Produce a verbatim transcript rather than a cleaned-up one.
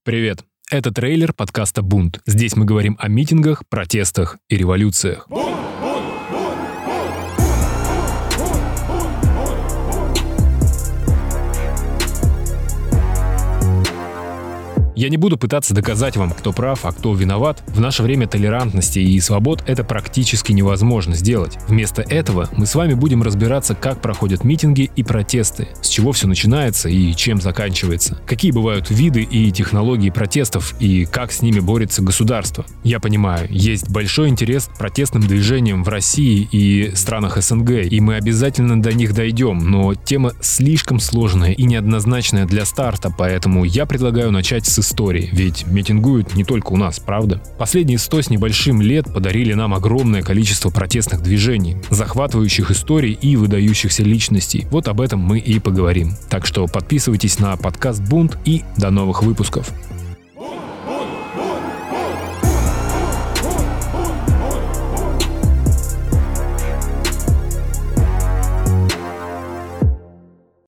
Привет! Это трейлер подкаста «Бунт». Здесь мы говорим о митингах, протестах и революциях. Я не буду пытаться доказать вам, кто прав, а кто виноват. В наше время толерантности и свобод это практически невозможно сделать. Вместо этого мы с вами будем разбираться, как проходят митинги и протесты, с чего все начинается и чем заканчивается, какие бывают виды и технологии протестов и как с ними борется государство. Я понимаю, есть большой интерес к протестным движениям в России и странах эс эн гэ, и мы обязательно до них дойдем, но тема слишком сложная и неоднозначная для старта, поэтому я предлагаю начать с истории, ведь митингуют не только у нас, правда? Последние сто с небольшим лет подарили нам огромное количество протестных движений, захватывающих историй и выдающихся личностей. Вот об этом мы и поговорим. Так что подписывайтесь на подкаст «Бунт» и до новых выпусков.